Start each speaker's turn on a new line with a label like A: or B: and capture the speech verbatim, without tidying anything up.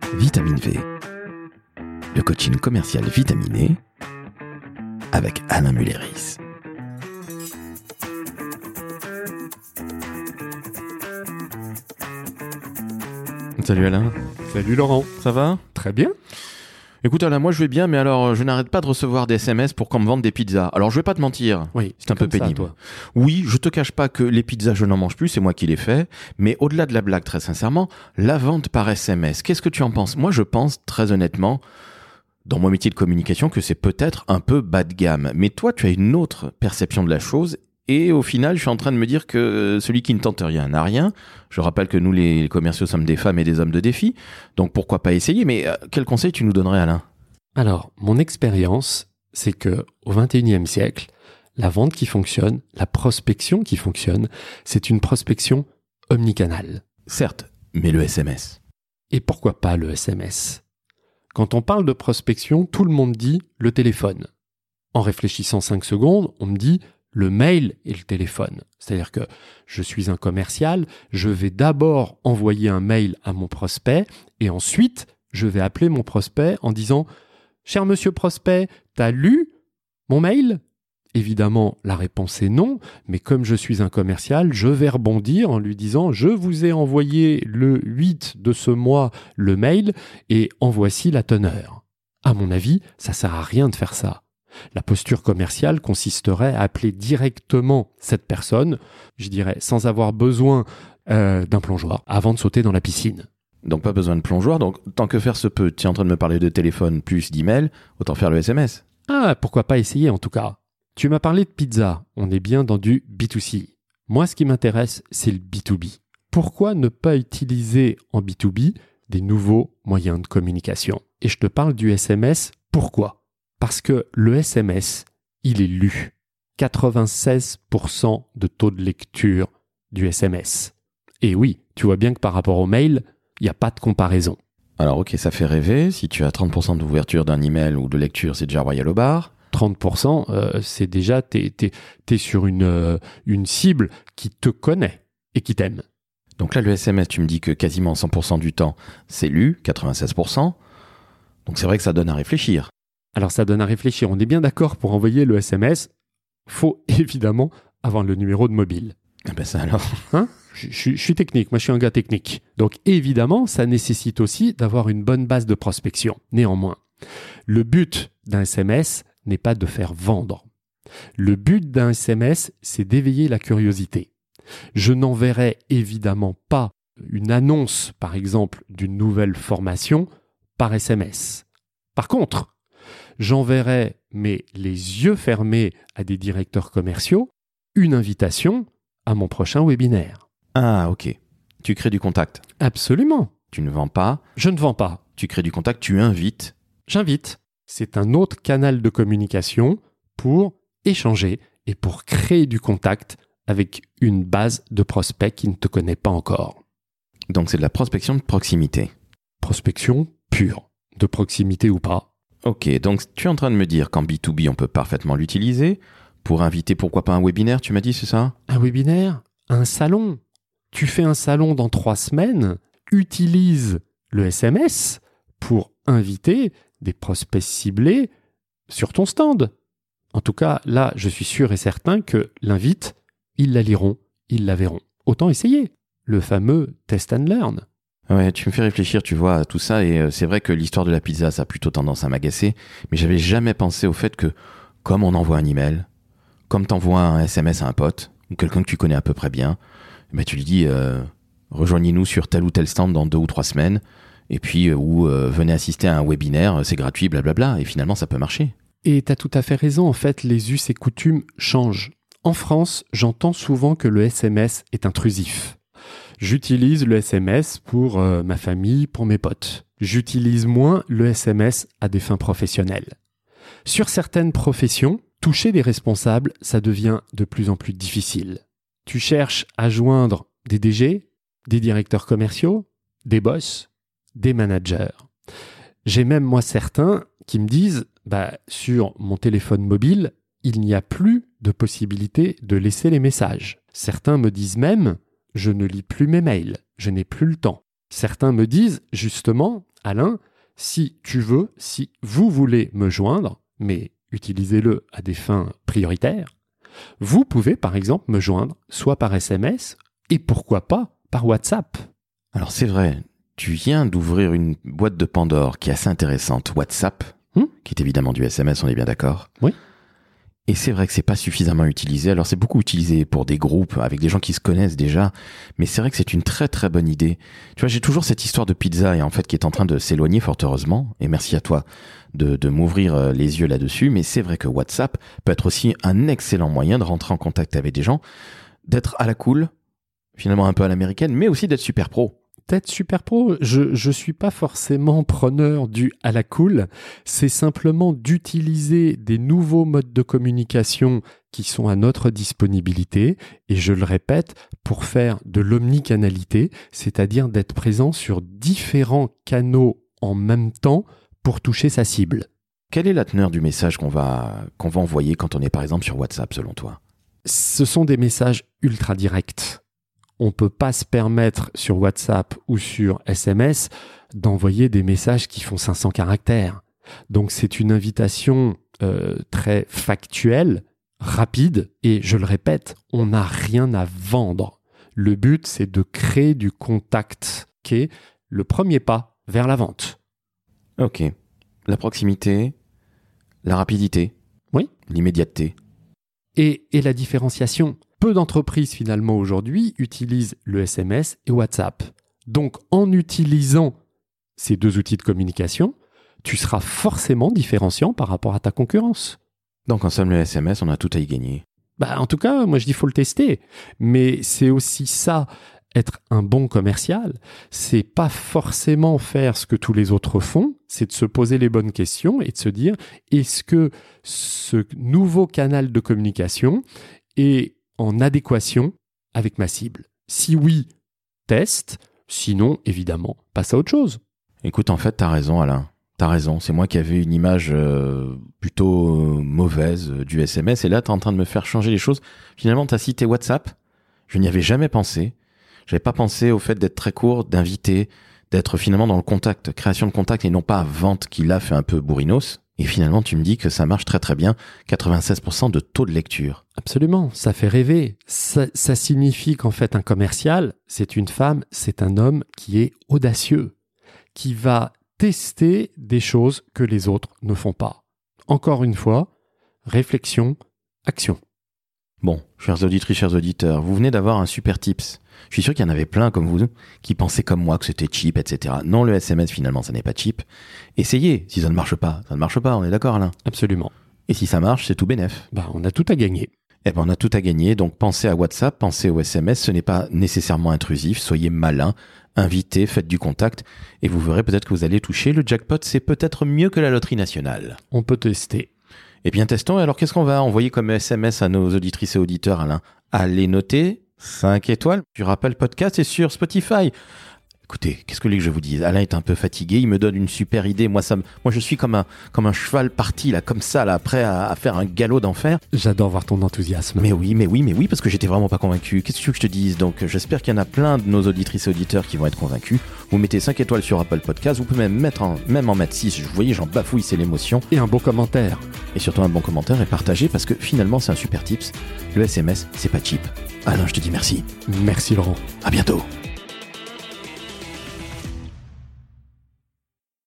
A: Vitamine V, le coaching commercial vitaminé avec Alain Mulleris. Salut Alain.
B: Salut Laurent.
A: Ça va ?
B: Très bien.
A: Écoute Alain, moi je vais bien, mais alors je n'arrête pas de recevoir des S M S pour qu'on me vende des pizzas. Alors je vais pas te mentir,
B: Oui,
A: c'est un peu
B: comme ça,
A: pénible.
B: toi.
A: Oui, je te cache pas que les pizzas je n'en mange plus, c'est moi qui les fais. Mais au-delà de la blague, très sincèrement, la vente par S M S, qu'est-ce que tu en penses ? Moi je pense très honnêtement, dans mon métier de communication, que c'est peut-être un peu bas de gamme. Mais toi tu as une autre perception de la chose. Et au final, je suis en train de me dire que celui qui ne tente rien n'a rien. Je rappelle que nous, les commerciaux, sommes des femmes et des hommes de défi. Donc pourquoi pas essayer ? Mais euh, quel conseil tu nous donnerais, Alain ?
B: Alors, mon expérience, c'est que au vingt et unième siècle, la vente qui fonctionne, la prospection qui fonctionne, c'est une prospection omnicanale.
A: Certes, mais le S M S.
B: Et pourquoi pas le S M S ? Quand on parle de prospection, tout le monde dit le téléphone. En réfléchissant cinq secondes, on me dit le mail et le téléphone. C'est-à-dire que je suis un commercial, je vais d'abord envoyer un mail à mon prospect et ensuite, je vais appeler mon prospect en disant « Cher monsieur prospect, t'as lu mon mail ?» Évidemment, la réponse est non, mais comme je suis un commercial, je vais rebondir en lui disant « Je vous ai envoyé le huit de ce mois le mail et en voici la teneur. » À mon avis, ça sert à rien de faire ça. La posture commerciale consisterait à appeler directement cette personne, je dirais, sans avoir besoin euh, d'un plongeoir, avant de sauter dans la piscine.
A: Donc pas besoin de plongeoir. Donc tant que faire se peut, tu es en train de me parler de téléphone plus d'email, autant faire le S M S.
B: Ah, pourquoi pas essayer en tout cas. Tu m'as parlé de pizza, on est bien dans du B deux C. Moi, ce qui m'intéresse, c'est le B deux B. Pourquoi ne pas utiliser en B deux B des nouveaux moyens de communication ? Et je te parle du S M S, pourquoi ? Parce que le S M S, il est lu. quatre-vingt-seize pour cent de taux de lecture du S M S. Et oui, tu vois bien que par rapport au mail, il n'y a pas de comparaison.
A: Alors ok, ça fait rêver. Si tu as trente pour cent d'ouverture d'un email ou de lecture, c'est déjà royal au bar.
B: trente pour cent, euh, c'est déjà, t'es, t'es, t'es sur une, euh, une cible qui te connaît et qui t'aime.
A: Donc là, le S M S, tu me dis que quasiment cent pour cent du temps, c'est lu, quatre-vingt-seize pour cent. Donc c'est vrai que ça donne à réfléchir.
B: Alors ça donne à réfléchir. On est bien d'accord, pour envoyer le S M S, faut évidemment avoir le numéro de mobile.
A: Ah ben ça alors.
B: Hein ? je, je, je suis technique, moi je suis un gars technique. Donc évidemment, ça nécessite aussi d'avoir une bonne base de prospection. Néanmoins, le but d'un S M S n'est pas de faire vendre. Le but d'un S M S, c'est d'éveiller la curiosité. Je n'enverrai évidemment pas une annonce, par exemple, d'une nouvelle formation par S M S. Par contre, j'enverrai, mais les yeux fermés à des directeurs commerciaux, une invitation à mon prochain webinaire.
A: Ah ok. Tu crées du contact.
B: Absolument.
A: Tu ne vends pas.
B: Je ne vends pas.
A: Tu crées du contact, tu invites.
B: J'invite. C'est un autre canal de communication pour échanger et pour créer du contact avec une base de prospects qui ne te connaît pas encore.
A: Donc c'est de la prospection de proximité.
B: Prospection pure, de proximité ou pas.
A: Ok, donc tu es en train de me dire qu'en B deux B, on peut parfaitement l'utiliser pour inviter, pourquoi pas un webinaire, tu m'as dit, c'est ça ?
B: Un webinaire, un salon. Tu fais un salon dans trois semaines, utilise le S M S pour inviter des prospects ciblés sur ton stand. En tout cas, là, je suis sûr et certain que l'invite, ils la liront, ils la verront. Autant essayer. Le fameux test and learn.
A: Ouais, tu me fais réfléchir, tu vois, à tout ça, et euh, c'est vrai que l'histoire de la pizza, ça a plutôt tendance à m'agacer, mais j'avais jamais pensé au fait que, comme on envoie un email, comme t'envoies un S M S à un pote, ou quelqu'un que tu connais à peu près bien, ben tu lui dis, euh, rejoignez-nous sur tel ou tel stand dans deux ou trois semaines, et puis, euh, ou euh, venez assister à un webinaire, c'est gratuit, blablabla, et finalement, ça peut marcher.
B: Et tu as tout à fait raison, en fait, les us et coutumes changent. En France, j'entends souvent que le S M S est intrusif. J'utilise le S M S pour euh, ma famille, pour mes potes. J'utilise moins le S M S à des fins professionnelles. Sur certaines professions, toucher des responsables, ça devient de plus en plus difficile. Tu cherches à joindre des D G, des directeurs commerciaux, des boss, des managers. J'ai même moi certains qui me disent bah, sur mon téléphone mobile, il n'y a plus de possibilité de laisser les messages. Certains me disent même je ne lis plus mes mails, je n'ai plus le temps. Certains me disent justement Alain, si tu veux, si vous voulez me joindre, mais utilisez-le à des fins prioritaires, vous pouvez par exemple me joindre soit par S M S et pourquoi pas par WhatsApp.
A: Alors c'est vrai, tu viens d'ouvrir une boîte de Pandore qui est assez intéressante, WhatsApp, hmm qui est évidemment du S M S, on est bien d'accord ?
B: Oui.
A: Et c'est vrai que c'est pas suffisamment utilisé. Alors c'est beaucoup utilisé pour des groupes avec des gens qui se connaissent déjà, mais c'est vrai que c'est une très très bonne idée. Tu vois, j'ai toujours cette histoire de pizza et en fait qui est en train de s'éloigner fort heureusement. Et merci à toi de, de m'ouvrir les yeux là-dessus. Mais c'est vrai que WhatsApp peut être aussi un excellent moyen de rentrer en contact avec des gens, d'être à la cool, finalement un peu à l'américaine, mais aussi d'être super pro.
B: Peut-être super pro, je je suis pas forcément preneur du à la cool, c'est simplement d'utiliser des nouveaux modes de communication qui sont à notre disponibilité et je le répète, pour faire de l'omnicanalité, c'est-à-dire d'être présent sur différents canaux en même temps pour toucher sa cible.
A: Quelle est la teneur du message qu'on va qu'on va envoyer quand on est par exemple sur WhatsApp selon toi ?
B: Ce sont des messages ultra directs. On ne peut pas se permettre sur WhatsApp ou sur S M S d'envoyer des messages qui font cinq cents caractères. Donc c'est une invitation euh, très factuelle, rapide, et je le répète, on n'a rien à vendre. Le but, c'est de créer du contact, qui est le premier pas vers la vente.
A: Ok. La proximité, la rapidité,
B: oui,
A: l'immédiateté.
B: Et, et la différenciation. Peu d'entreprises finalement aujourd'hui utilisent le S M S et WhatsApp. Donc en utilisant ces deux outils de communication, tu seras forcément différenciant par rapport à ta concurrence.
A: Donc en somme le S M S, on a tout à y gagner.
B: Bah, en tout cas, moi je dis faut le tester. Mais c'est aussi ça, être un bon commercial, c'est pas forcément faire ce que tous les autres font, c'est de se poser les bonnes questions et de se dire est-ce que ce nouveau canal de communication est en adéquation avec ma cible. Si oui, teste. Sinon, évidemment, passe à autre chose.
A: Écoute, en fait, t'as raison, Alain. T'as raison. C'est moi qui avais une image euh, plutôt euh, mauvaise euh, du S M S. Et là, t'es en train de me faire changer les choses. Finalement, t'as cité WhatsApp. Je n'y avais jamais pensé. J'avais pas pensé au fait d'être très court, d'inviter, d'être finalement dans le contact, création de contact et non pas vente qui là fait un peu bourrinos. Et finalement, tu me dis que ça marche très très bien, quatre-vingt-seize pour cent de taux de lecture.
B: Absolument, ça fait rêver. Ça, ça signifie qu'en fait, un commercial, c'est une femme, c'est un homme qui est audacieux, qui va tester des choses que les autres ne font pas. Encore une fois, réflexion, action.
A: Bon, chers auditrices, chers auditeurs, vous venez d'avoir un super tips. Je suis sûr qu'il y en avait plein comme vous qui pensaient comme moi que c'était cheap, et cetera. Non, le S M S finalement, ça n'est pas cheap. Essayez, si ça ne marche pas, ça ne marche pas, on est d'accord Alain ?
B: Absolument.
A: Et si ça marche, c'est tout bénef.
B: Bah, on a tout à gagner.
A: Eh ben, on a tout à gagner, donc pensez à WhatsApp, pensez au S M S, ce n'est pas nécessairement intrusif, soyez malin, invitez, faites du contact, et vous verrez peut-être que vous allez toucher le jackpot, c'est peut-être mieux que la loterie nationale.
B: On peut tester.
A: Eh bien, testons. Alors, qu'est-ce qu'on va envoyer comme S M S à nos auditrices et auditeurs, Alain ? Allez noter cinq étoiles. Je rappelle, podcast est sur Spotify. Écoutez, qu'est-ce que vous voulez que je vous dise ? Alain est un peu fatigué, il me donne une super idée. Moi, ça me, moi, je suis comme un, comme un cheval parti, là, comme ça, là, prêt à, à faire un galop d'enfer.
B: J'adore voir ton enthousiasme.
A: Mais oui, mais oui, mais oui, parce que j'étais vraiment pas convaincu. Qu'est-ce que tu veux que je te dise ? Donc, j'espère qu'il y en a plein de nos auditrices et auditeurs qui vont être convaincus. Vous mettez cinq étoiles sur Apple Podcast, vous pouvez même mettre en, même en mettre six. Vous voyez, j'en bafouille, c'est l'émotion.
B: Et un bon commentaire.
A: Et surtout un bon commentaire et partagez parce que finalement, c'est un super tips. Le S M S, c'est pas cheap. Alain, je te dis merci.
B: Merci Laurent.
A: À bientôt.